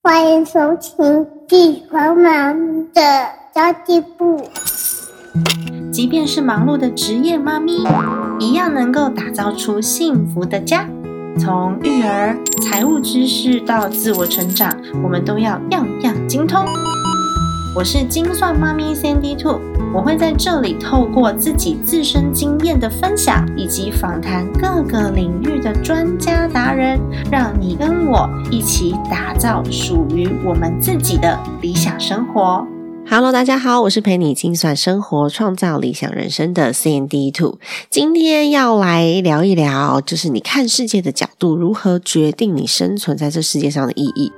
欢迎收听地球妈咪的交际部。 即便是忙碌的职业妈咪，一样能够打造出幸福的家。从育儿、财务知识到自我成长，我们都要样样精通。我是精算妈咪 Sandy Two， 我会在这里透过自己自身经验的分享，以及访谈各个领域的专家达人，让你跟我一起打造属于我们自己的理想生活。Hello， 大家好，我是陪你精算生活、创造理想人生的 Sandy Two。今天要来聊一聊，就是你看世界的角度如何决定你生存在这世界上的意义。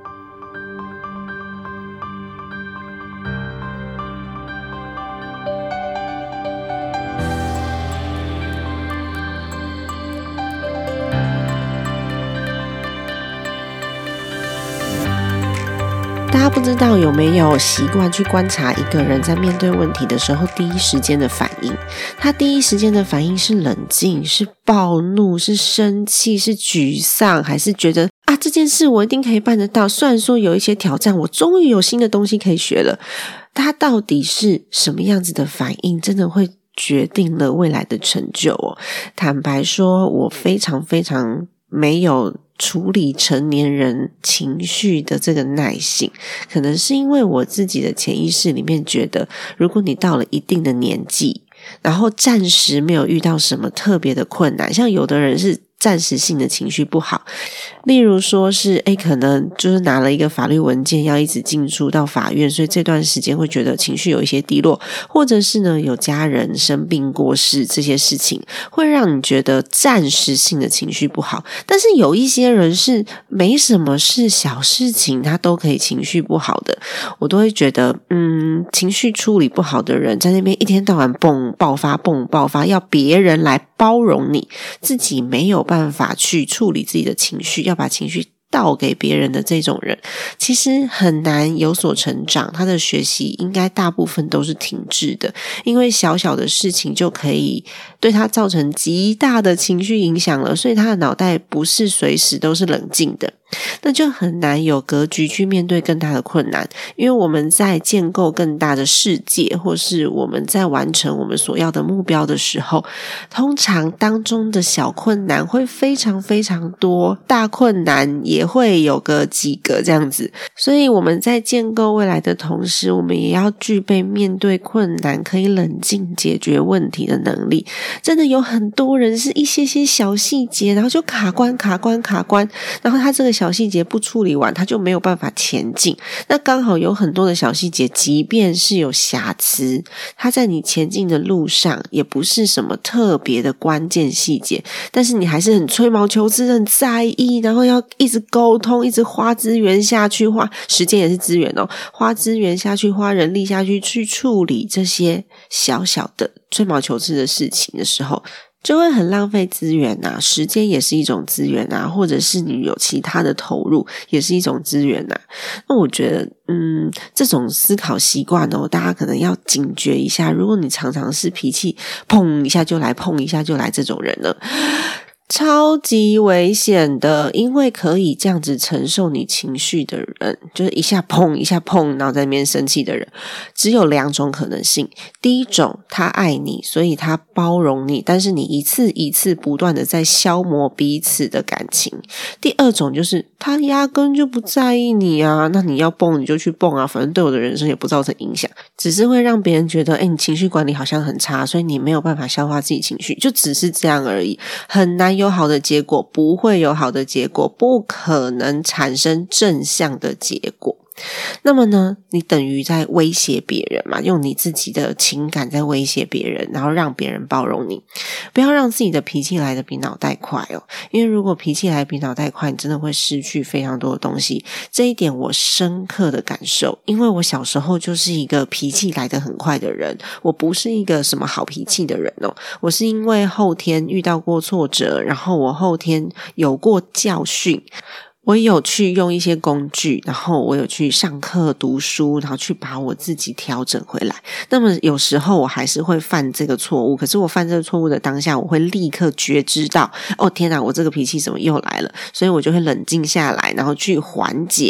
大家不知道有没有习惯去观察一个人在面对问题的时候第一时间的反应？他第一时间的反应是冷静，是暴怒，是生气，是沮丧，还是觉得这件事我一定可以办得到，虽然说有一些挑战，我终于有新的东西可以学了。他到底是什么样子的反应，真的会决定了未来的成就哦。坦白说，我非常没有处理成年人情绪的这个耐性，可能是因为我自己的潜意识里面觉得，如果你到了一定的年纪，然后暂时没有遇到什么特别的困难，像有的人是暂时性的情绪不好，例如说是可能就是拿了一个法律文件要一直进出到法院，所以这段时间会觉得情绪有一些低落，或者是呢有家人生病过世，这些事情会让你觉得暂时性的情绪不好。但是有一些人是没什么事，小事情他都可以情绪不好的，我都会觉得情绪处理不好的人在那边一天到晚蹦爆发，要别人来包容你，自己没有办法去处理自己的情绪，要把情绪倒给别人的这种人，其实很难有所成长，他的学习应该大部分都是停滞的，因为小小的事情就可以对他造成极大的情绪影响了，所以他的脑袋不是随时都是冷静的，那就很难有格局去面对更大的困难。因为我们在建构更大的世界，或是我们在完成我们所要的目标的时候，通常当中的小困难会非常多，大困难也会有个几个这样子。所以我们在建构未来的同时，我们也要具备面对困难可以冷静解决问题的能力。真的有很多人是一些小细节，然后就卡关，然后他这个小细节不处理完，他就没有办法前进。那刚好有很多的小细节，即便是有瑕疵，他在你前进的路上也不是什么特别的关键细节，但是你还是很吹毛求疵，很在意，然后要一直沟通，一直花资源下去，花时间也是资源哦，花资源下去，花人力下去处理这些小小的吹毛求疵的事情的时候，就会很浪费资源啊，时间也是一种资源啊，或者是你有其他的投入也是一种资源啊。那我觉得这种思考习惯哦，大家可能要警觉一下，如果你常常是脾气碰一下就来碰一下就来这种人呢，超级危险的。因为可以这样子承受你情绪的人，就是一下碰一下碰，然后在那边生气的人，只有两种可能性。第一种，他爱你，所以他包容你，但是你一次一次不断的在消磨彼此的感情。第二种就是他压根就不在意你啊，那你要蹦你就去蹦啊，反正对我的人生也不造成影响，只是会让别人觉得你情绪管理好像很差，所以你没有办法消化自己情绪，就只是这样而已，很难有好的结果，不会有好的结果，不可能产生正向的结果。那么呢，你等于在威胁别人嘛，用你自己的情感在威胁别人，然后让别人包容你。不要让自己的脾气来得比脑袋快哦，因为如果脾气来得比脑袋快，你真的会失去非常多的东西。这一点我深刻的感受，因为我小时候就是一个脾气来得很快的人，我不是一个什么好脾气的人哦，我是因为后天遇到过挫折，然后我后天有过教训，我有去用一些工具，然后我有去上课读书，然后去把我自己调整回来。那么有时候我还是会犯这个错误，可是我犯这个错误的当下，我会立刻觉知到，哦天哪，我这个脾气怎么又来了，所以我就会冷静下来，然后去缓解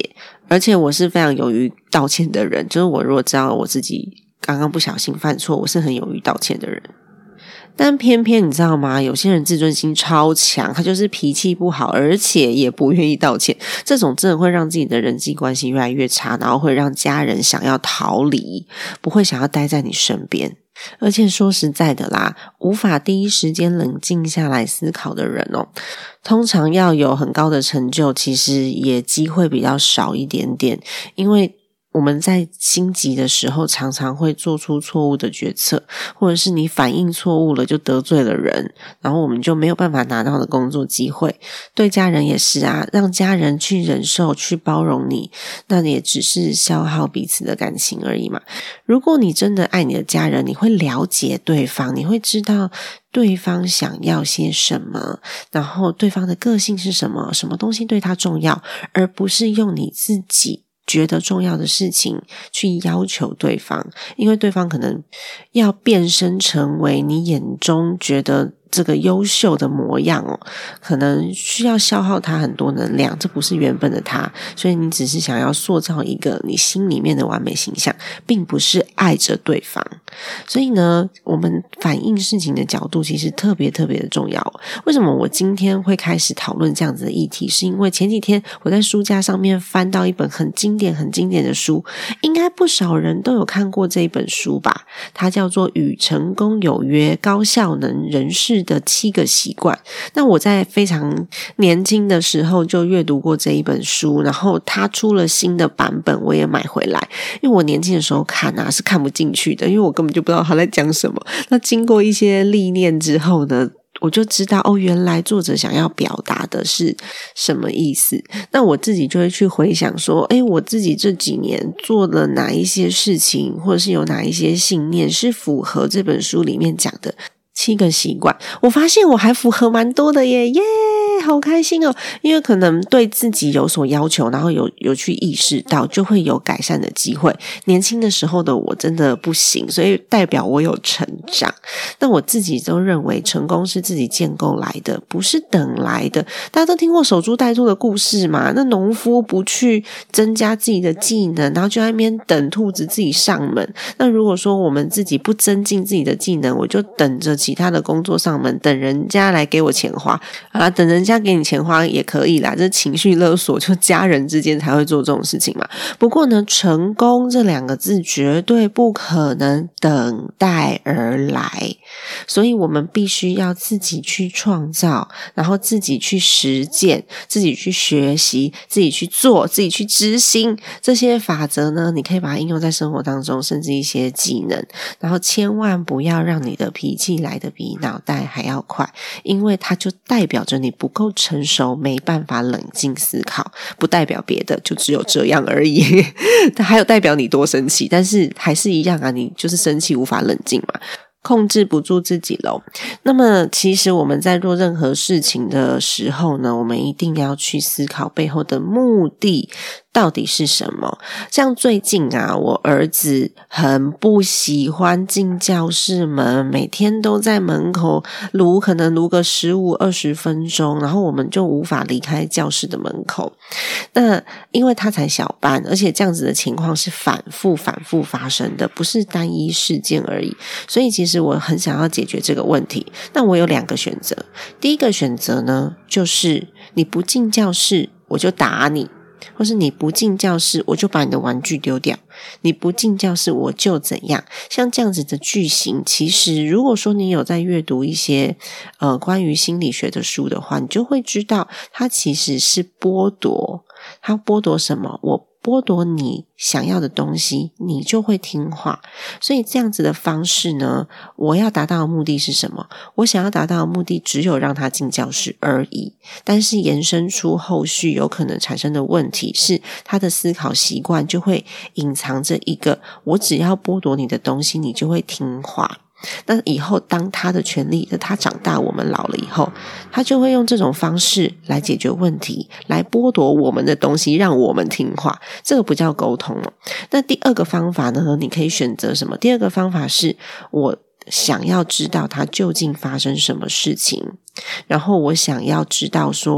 而且我是非常勇于道歉的人，就是我如果知道我自己刚刚不小心犯错，我是很勇于道歉的人。但偏偏你知道吗，有些人自尊心超强，他就是脾气不好，而且也不愿意道歉，这种真的会让自己的人际关系越来越差，然后会让家人想要逃离，不会想要待在你身边。而且说实在的啦，无法第一时间冷静下来思考的人通常要有很高的成就，其实也机会比较少一点点，因为我们在心急的时候常常会做出错误的决策，或者是你反应错误了就得罪了人，然后我们就没有办法拿到的工作机会。对家人也是啊，让家人去忍受去包容你，那也只是消耗彼此的感情而已嘛。如果你真的爱你的家人，你会了解对方，你会知道对方想要些什么，然后对方的个性是什么，什么东西对他重要，而不是用你自己觉得重要的事情去要求对方，因为对方可能要变身成为你眼中觉得这个优秀的模样可能需要消耗他很多能量，这不是原本的他，所以你只是想要塑造一个你心里面的完美形象，并不是爱着对方。所以呢，我们反映事情的角度其实特别特别的重要。为什么我今天会开始讨论这样子的议题，是因为前几天我在书架上面翻到一本很经典的书，应该不少人都有看过这一本书吧，它叫做《与成功有约：高效能人士的7个习惯》。那我在非常年轻的时候就阅读过这一本书，然后它出了新的版本我也买回来，因为我年轻的时候看是看不进去的，因为我根本就不知道他在讲什么。那经过一些历练之后呢，我就知道原来作者想要表达的是什么意思。那我自己就会去回想说我自己这几年做了哪一些事情，或者是有哪一些信念是符合这本书里面讲的7个习惯。我发现我还符合蛮多的耶，好开心因为可能对自己有所要求，然后有去意识到，就会有改善的机会。年轻的时候的我真的不行，所以代表我有成长。那我自己都认为成功是自己建构来的，不是等来的。大家都听过守株待兔的故事嘛，那农夫不去增加自己的技能，然后就在那边等兔子自己上门。那如果说我们自己不增进自己的技能，我就等着其他的工作上门，等人家来给我钱花等人家给你钱花也可以啦，这情绪勒索，就家人之间才会做这种事情嘛。不过呢，成功这2个字绝对不可能等待而来，所以我们必须要自己去创造，然后自己去实践，自己去学习，自己去做，自己去执行。这些法则呢，你可以把它应用在生活当中，甚至一些技能。然后千万不要让你的脾气来得比脑袋还要快，因为它就代表着你不够成熟，没办法冷静思考，不代表别的，就只有这样而已还有代表你多生气，但是还是一样你就是生气无法冷静嘛，控制不住自己咯。那么其实我们在做任何事情的时候呢，我们一定要去思考背后的目的到底是什么。像最近我儿子很不喜欢进教室门，每天都在门口可能撸个15-20分钟，然后我们就无法离开教室的门口。那因为他才小班，而且这样子的情况是反复发生的，不是单一事件而已，所以其实我很想要解决这个问题。那我有2个选择，第一个选择呢，就是你不进教室我就打你，或是你不进教室我就把你的玩具丢掉，你不进教室我就怎样。像这样子的句型，其实如果说你有在阅读一些关于心理学的书的话，你就会知道它其实是剥夺。它剥夺什么？我剥夺你想要的东西，你就会听话。所以这样子的方式呢，我要达到的目的是什么？我想要达到的目的只有让他进教室而已，但是延伸出后续有可能产生的问题是，他的思考习惯就会隐藏着一个我只要剥夺你的东西你就会听话。那以后当他的权利他长大，我们老了以后，他就会用这种方式来解决问题，来剥夺我们的东西，让我们听话。这个不叫沟通那第2个方法呢，你可以选择什么？第2个方法是我想要知道他究竟发生什么事情，然后我想要知道说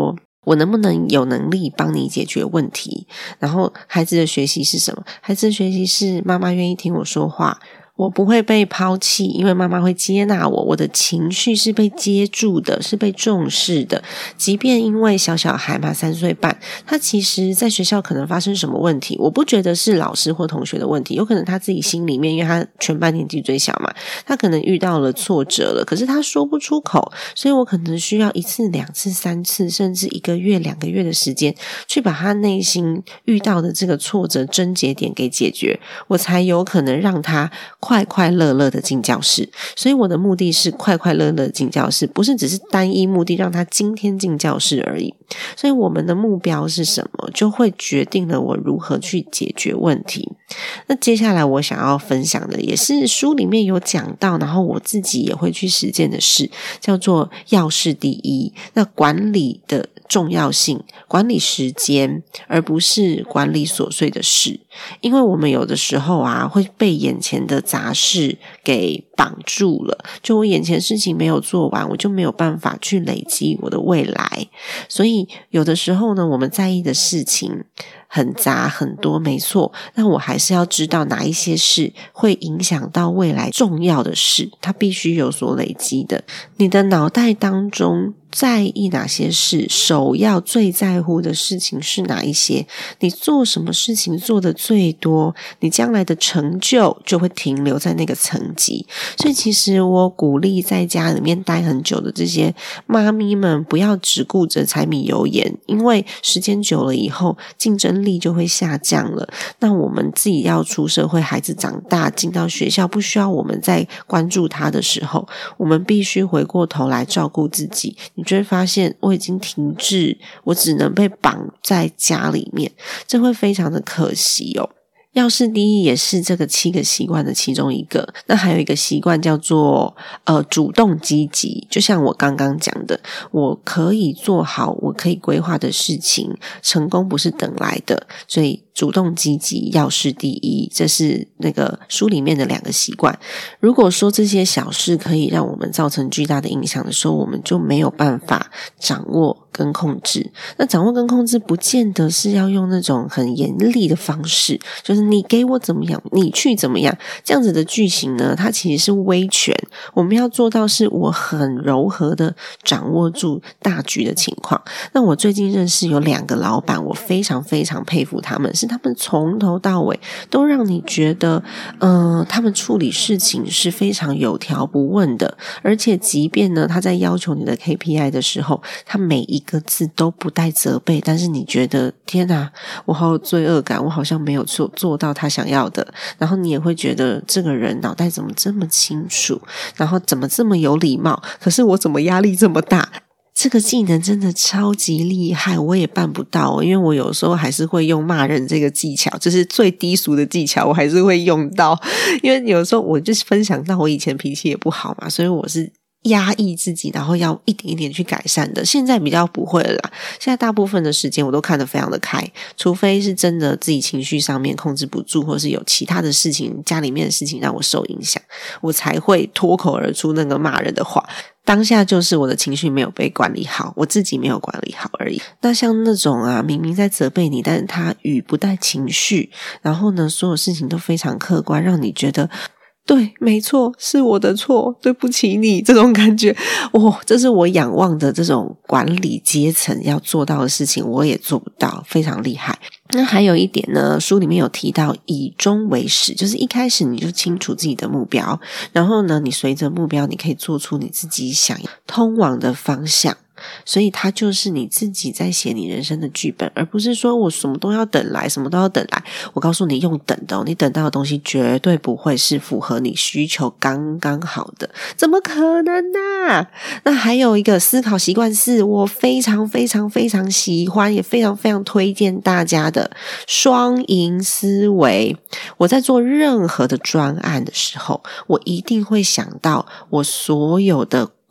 我能不能有能力帮你解决问题？然后孩子的学习是什么？孩子的学习是妈妈愿意听我说话，我不会被抛弃，因为妈妈会接纳我，我的情绪是被接住的，是被重视的。即便因为小孩嘛，3岁半，他其实在学校可能发生什么问题，我不觉得是老师或同学的问题，有可能他自己心里面，因为他全班年纪最小嘛，他可能遇到了挫折了，可是他说不出口，所以我可能需要1次、2次、3次，甚至1个月、2个月的时间，去把他内心遇到的这个挫折症结点给解决，我才有可能让他快快乐乐的进教室。所以我的目的是快快乐乐的进教室，不是只是单一目的让他今天进教室而已。所以我们的目标是什么，就会决定了我如何去解决问题。那接下来我想要分享的也是书里面有讲到，然后我自己也会去实践的事，叫做要事第一。那管理的重要性，管理时间，而不是管理琐碎的事。因为我们有的时候啊，会被眼前的杂事给绑住了，就我眼前事情没有做完，我就没有办法去累积我的未来。所以有的时候呢，我们在意的事情很杂很多，没错，但我还是要知道哪一些事会影响到未来重要的事，它必须有所累积的。你的脑袋当中在意哪些事，首要最在乎的事情是哪一些，你做什么事情做得最多，你将来的成就会停留在那个层级。所以其实我鼓励在家里面待很久的这些妈咪们，不要只顾着柴米油盐，因为时间久了以后竞争力就会下降了。那我们自己要出社会，孩子长大进到学校，不需要我们再关注他的时候，我们必须回过头来照顾自己。你就会发现我已经停滞，我只能被绑在家里面，这会非常的可惜哦。要事第一也是这个7个习惯的其中一个。那还有一个习惯叫做主动积极，就像我刚刚讲的，我可以做好我可以规划的事情，成功不是等来的，所以主动积极要事第一，这是那个书里面的2个习惯。如果说这些小事可以让我们造成巨大的影响的时候，我们就没有办法掌握跟控制。那掌握跟控制不见得是要用那种很严厉的方式，就是你给我怎么样你去怎么样，这样子的句型呢，它其实是威权。我们要做到是我很柔和的掌握住大局的情况。那我最近认识有2个老板，我非常非常佩服他们，是他们从头到尾都让你觉得他们处理事情是非常有条不紊的，而且即便呢他在要求你的 KPI 的时候，他每一个字都不带责备，但是你觉得天哪，我好有罪恶感，我好像没有做到他想要的。然后你也会觉得这个人脑袋怎么这么清楚，然后怎么这么有礼貌，可是我怎么压力这么大。这个技能真的超级厉害，我也办不到，因为我有时候还是会用骂人这个技巧，就是最低俗的技巧我还是会用到。因为有时候我就是分享到我以前脾气也不好嘛，所以我是压抑自己，然后要一点一点去改善的。现在比较不会了啦，现在大部分的时间我都看得非常的开，除非是真的自己情绪上面控制不住，或是有其他的事情，家里面的事情让我受影响，我才会脱口而出那个骂人的话。当下就是我的情绪没有被管理好，我自己没有管理好而已。那像那种啊，明明在责备你，但是他语不带情绪，然后呢，所有事情都非常客观，让你觉得对，没错，是我的错，对不起你，这种感觉，这是我仰望的这种管理阶层要做到的事情，我也做不到，非常厉害。那还有一点呢，书里面有提到以终为始，就是一开始你就清楚自己的目标，然后呢，你随着目标你可以做出你自己想要通往的方向。所以它就是你自己在写你人生的剧本，而不是说我什么都要等来，什么都要等来。我告诉你，用等的你等到的东西绝对不会是符合你需求刚刚好的，怎么可能啊？那还有一个思考习惯4，我非常非常非常喜欢，也非常非常推荐大家的双赢思维。我在做任何的专案的时候，我一定会想到我所有的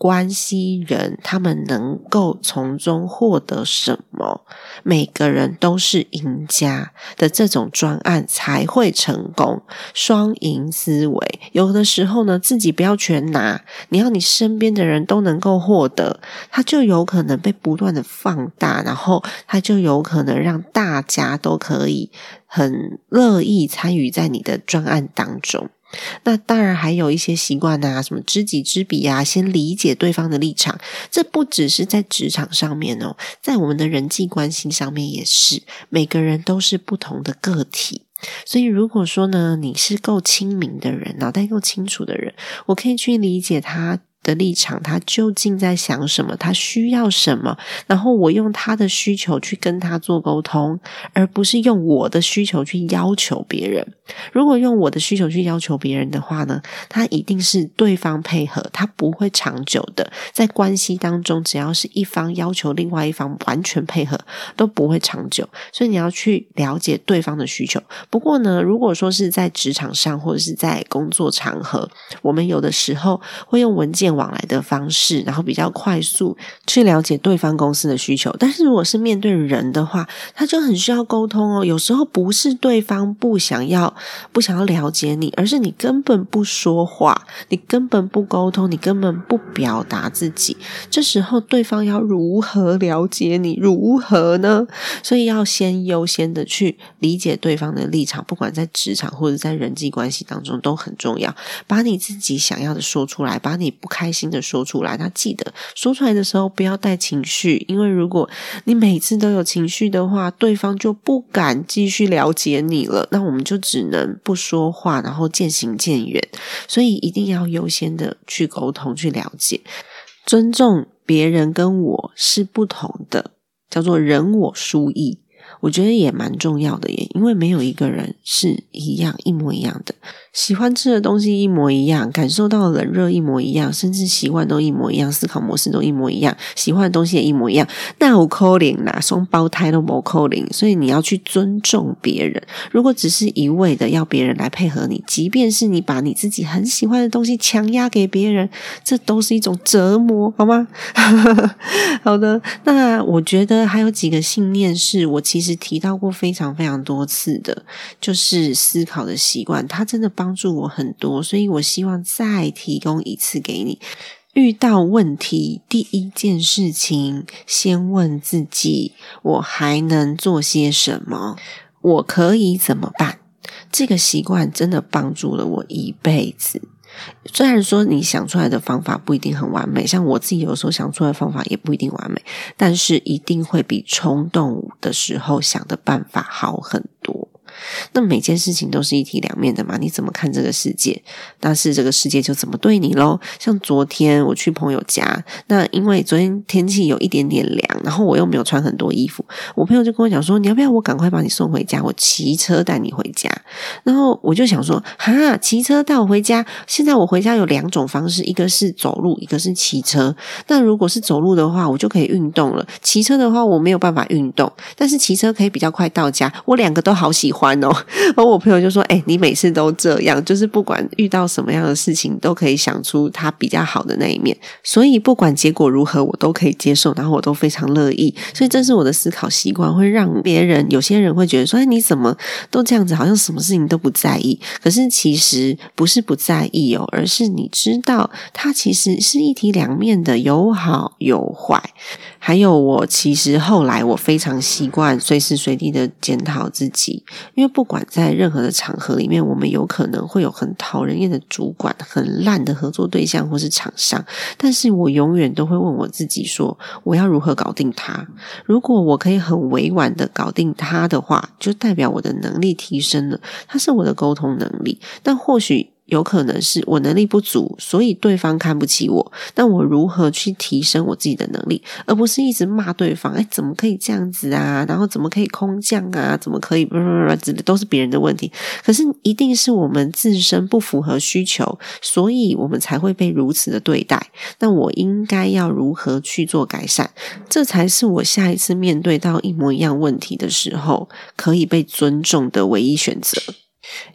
关系人他们能够从中获得什么，每个人都是赢家的这种专案才会成功。双赢思维，有的时候呢自己不要全拿，你要你身边的人都能够获得，它就有可能被不断的放大，然后它就有可能让大家都可以很乐意参与在你的专案当中。那当然还有一些习惯啊，什么知己知彼啊，先理解对方的立场，这不只是在职场上面哦，在我们的人际关系上面也是，每个人都是不同的个体。所以如果说呢，你是够清明的人，脑袋够清楚的人，我可以去理解他的立场，他究竟在想什么，他需要什么，然后我用他的需求去跟他做沟通，而不是用我的需求去要求别人。如果用我的需求去要求别人的话呢，他一定是对方配合，他不会长久的。在关系当中，只要是一方要求另外一方完全配合，都不会长久。所以你要去了解对方的需求。不过呢，如果说是在职场上或者是在工作场合，我们有的时候会用文件往来的方式，然后比较快速去了解对方公司的需求。但是如果是面对人的话，他就很需要沟通哦。有时候不是对方不想要了解你，而是你根本不说话，你根本不沟通，你根本不表达自己。这时候对方要如何了解你？如何呢？所以要先优先的去理解对方的立场，不管在职场或者在人际关系当中都很重要。把你自己想要的说出来，把你不开心的说出来。那记得说出来的时候不要带情绪，因为如果你每次都有情绪的话，对方就不敢继续了解你了，那我们就只能不说话，然后渐行渐远。所以一定要优先的去沟通，去了解，尊重别人跟我是不同的，叫做人我殊异。我觉得也蛮重要的耶，因为没有一个人是一模一样的，喜欢吃的东西一模一样，感受到的冷热一模一样，甚至习惯都一模一样，思考模式都一模一样，喜欢的东西也一模一样，那有可能啦，双胞胎都没可能。所以你要去尊重别人。如果只是一味的要别人来配合你，即便是你把你自己很喜欢的东西强压给别人，这都是一种折磨，好吗？好的，那我觉得还有几个信念是我其实提到过非常非常多次的，就是思考的习惯，它真的帮助我很多，所以我希望再提供一次给你。遇到问题，第一件事情先问自己，我还能做些什么？我可以怎么办？这个习惯真的帮助了我一辈子。虽然说你想出来的方法不一定很完美，像我自己有时候想出来的方法也不一定完美，但是一定会比冲动的时候想的办法好很多。那每件事情都是一体两面的嘛，你怎么看这个世界，但是这个世界就怎么对你咯。像昨天我去朋友家，那因为昨天天气有一点点凉，然后我又没有穿很多衣服，我朋友就跟我讲说，你要不要我赶快把你送回家，我骑车带你回家。然后我就想说，哈，骑车带我回家，现在我回家有两种方式，一个是走路，一个是骑车。那如果是走路的话，我就可以运动了，骑车的话我没有办法运动，但是骑车可以比较快到家，我两个都好喜欢哦。然后我朋友就说，你每次都这样，就是不管遇到什么样的事情都可以想出他比较好的那一面，所以不管结果如何我都可以接受，然后我都非常乐意。所以这是我的思考习惯，会让别人，有些人会觉得说，你怎么都这样子，好像什么事情都不在意。可是其实不是不在意哦，而是你知道它其实是一体两面的，有好有坏。还有我其实后来我非常习惯随时随地的检讨自己，因为不管在任何的场合里面，我们有可能会有很讨人厌的主管，很烂的合作对象或是厂商，但是我永远都会问我自己说，我要如何搞定他。如果我可以很委婉的搞定他的话，就代表我的能力提升了，它是我的沟通能力。但或许有可能是我能力不足，所以对方看不起我，那我如何去提升我自己的能力，而不是一直骂对方，怎么可以这样子啊，然后怎么可以空降啊，怎么可以都是别人的问题。可是一定是我们自身不符合需求，所以我们才会被如此的对待。那我应该要如何去做改善，这才是我下一次面对到一模一样问题的时候可以被尊重的唯一选择。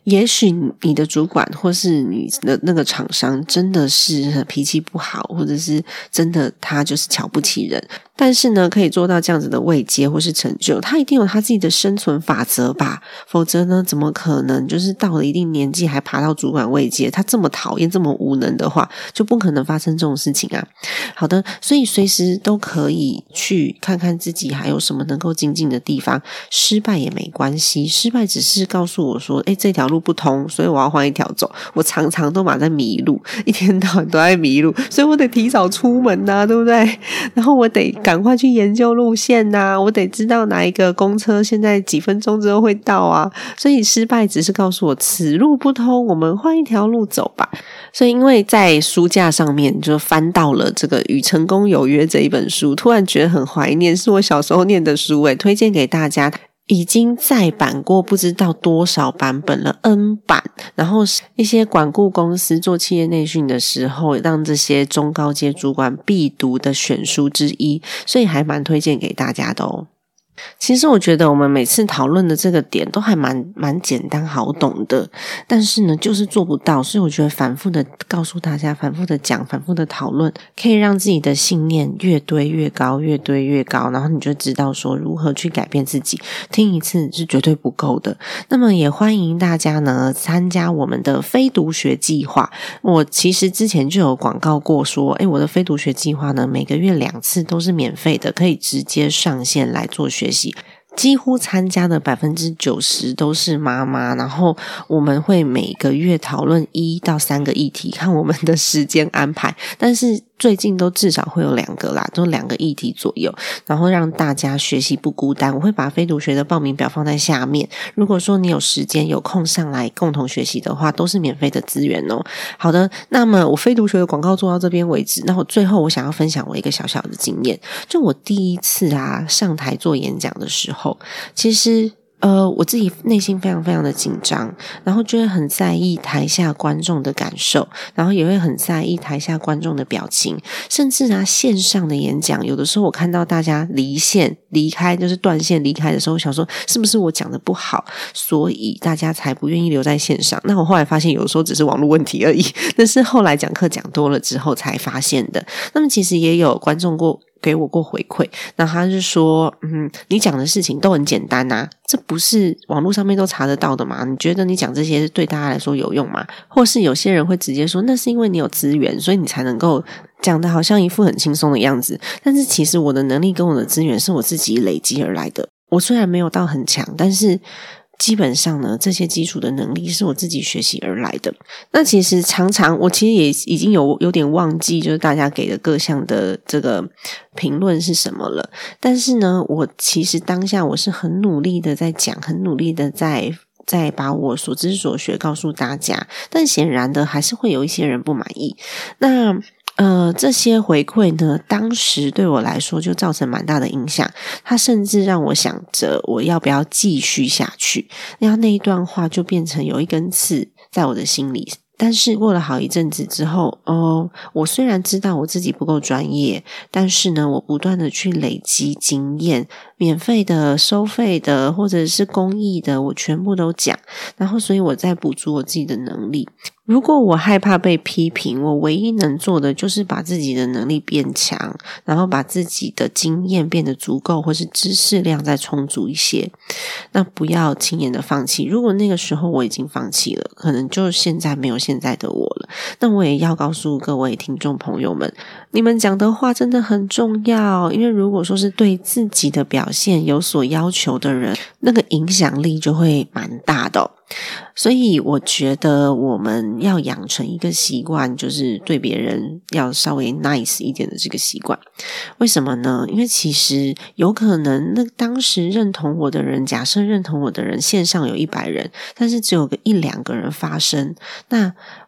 也许你的主管或是你的那个厂商真的是脾气不好，或者是真的他就是瞧不起人，但是呢可以做到这样子的位阶或是成就，他一定有他自己的生存法则吧，否则呢怎么可能就是到了一定年纪还爬到主管位阶，他这么讨厌这么无能的话，就不可能发生这种事情啊。好的，所以随时都可以去看看自己还有什么能够精进的地方，失败也没关系，失败只是告诉我说这条路不通，所以我要换一条走。我常常都在迷路，一天到晚都在迷路，所以我得提早出门啊，对不对？然后我得赶快去研究路线啊，我得知道哪一个公车现在几分钟之后会到啊。所以失败只是告诉我此路不通，我们换一条路走吧。所以因为在书架上面就翻到了这个《与成功有约》这一本书，突然觉得很怀念，是我小时候念的书推荐给大家。已经再版过不知道多少版本了 N 版，然后一些管顾公司做企业内训的时候让这些中高阶主管必读的选书之一，所以还蛮推荐给大家的哦。其实我觉得我们每次讨论的这个点都还蛮简单好懂的，但是呢就是做不到，所以我觉得反复的告诉大家，反复的讲，反复的讨论，可以让自己的信念越堆越高，越堆越高，然后你就知道说如何去改变自己。听一次是绝对不够的。那么也欢迎大家呢参加我们的非读学计划。我其实之前就有广告过说我的非读学计划呢每个月2次都是免费的，可以直接上线来做学习，几乎参加的 90% 都是妈妈，然后我们会每个月讨论1到3个议题，看我们的时间安排，但是最近都至少会有2个啦，都2个议题左右，然后让大家学习不孤单。我会把非读学的报名表放在下面，如果说你有时间有空上来共同学习的话，都是免费的资源哦。好的，那么我非读学的广告做到这边为止，那我最后我想要分享我一个小小的经验，就我第一次上台做演讲的时候，其实我自己内心非常非常的紧张，然后就会很在意台下观众的感受，然后也会很在意台下观众的表情，甚至线上的演讲，有的时候我看到大家离线离开，就是断线离开的时候，想说是不是我讲的不好，所以大家才不愿意留在线上。那我后来发现有的时候只是网络问题而已，那是后来讲课讲多了之后才发现的。那么其实也有观众给我过回馈，那他是说你讲的事情都很简单啊，这不是网络上面都查得到的吗？你觉得你讲这些对大家来说有用吗？或是有些人会直接说那是因为你有资源，所以你才能够讲的好像一副很轻松的样子，但是其实我的能力跟我的资源是我自己累积而来的。我虽然没有到很强，但是基本上呢，这些基础的能力是我自己学习而来的。那其实常常我其实也已经有点忘记就是大家给的各项的这个评论是什么了，但是呢我其实当下我是很努力的在讲，很努力的在把我所知所学告诉大家，但显然的还是会有一些人不满意。那这些回馈呢，当时对我来说就造成蛮大的影响，它甚至让我想着我要不要继续下去，然后那一段话就变成有一根刺在我的心里。但是过了好一阵子之后，我虽然知道我自己不够专业，但是呢我不断的去累积经验，免费的、收费的或者是公益的我全部都讲，然后所以我在补足我自己的能力。如果我害怕被批评，我唯一能做的就是把自己的能力变强，然后把自己的经验变得足够，或是知识量再充足一些，那不要轻言的放弃。如果那个时候我已经放弃了，可能就现在没有现在的我了。那我也要告诉各位听众朋友们，你们讲的话真的很重要，因为如果说是对自己的表现有所要求的人，那个影响力就会蛮大的所以我觉得我们要养成一个习惯，就是对别人要稍微 nice 一点的这个习惯。为什么呢？因为其实有可能那当时认同我的人，假设认同我的人线上有100人，但是只有个1-2个人发声，那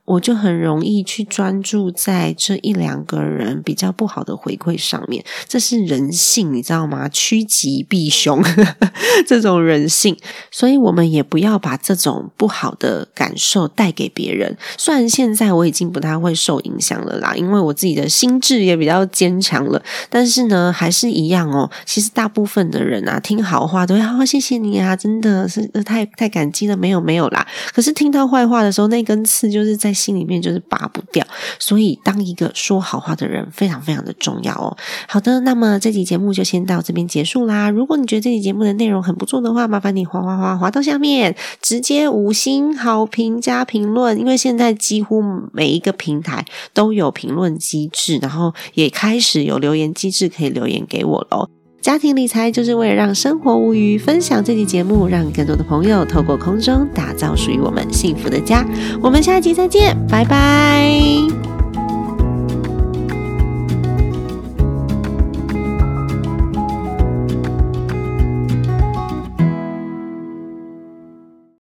我就很容易去专注在这一两个人比较不好的回馈上面，这是人性，你知道吗？趋吉避凶这种人性，所以我们也不要把这种不好的感受带给别人。虽然现在我已经不太会受影响了啦，因为我自己的心智也比较坚强了，但是呢还是一样哦，其实大部分的人啊听好话都会谢谢你啊，真的是太感激了，没有啦。可是听到坏话的时候，那根刺就是在心里面就是拔不掉，所以当一个说好话的人非常非常的重要哦。好的，那么这集节目就先到这边结束啦。如果你觉得这集节目的内容很不错的话，麻烦你滑到下面，直接5星好评加评论，因为现在几乎每一个平台都有评论机制，然后也开始有留言机制可以留言给我咯。家庭理财就是为了让生活无虞，分享这期节目，让更多的朋友透过空中打造属于我们幸福的家。我们下一集再见，拜拜。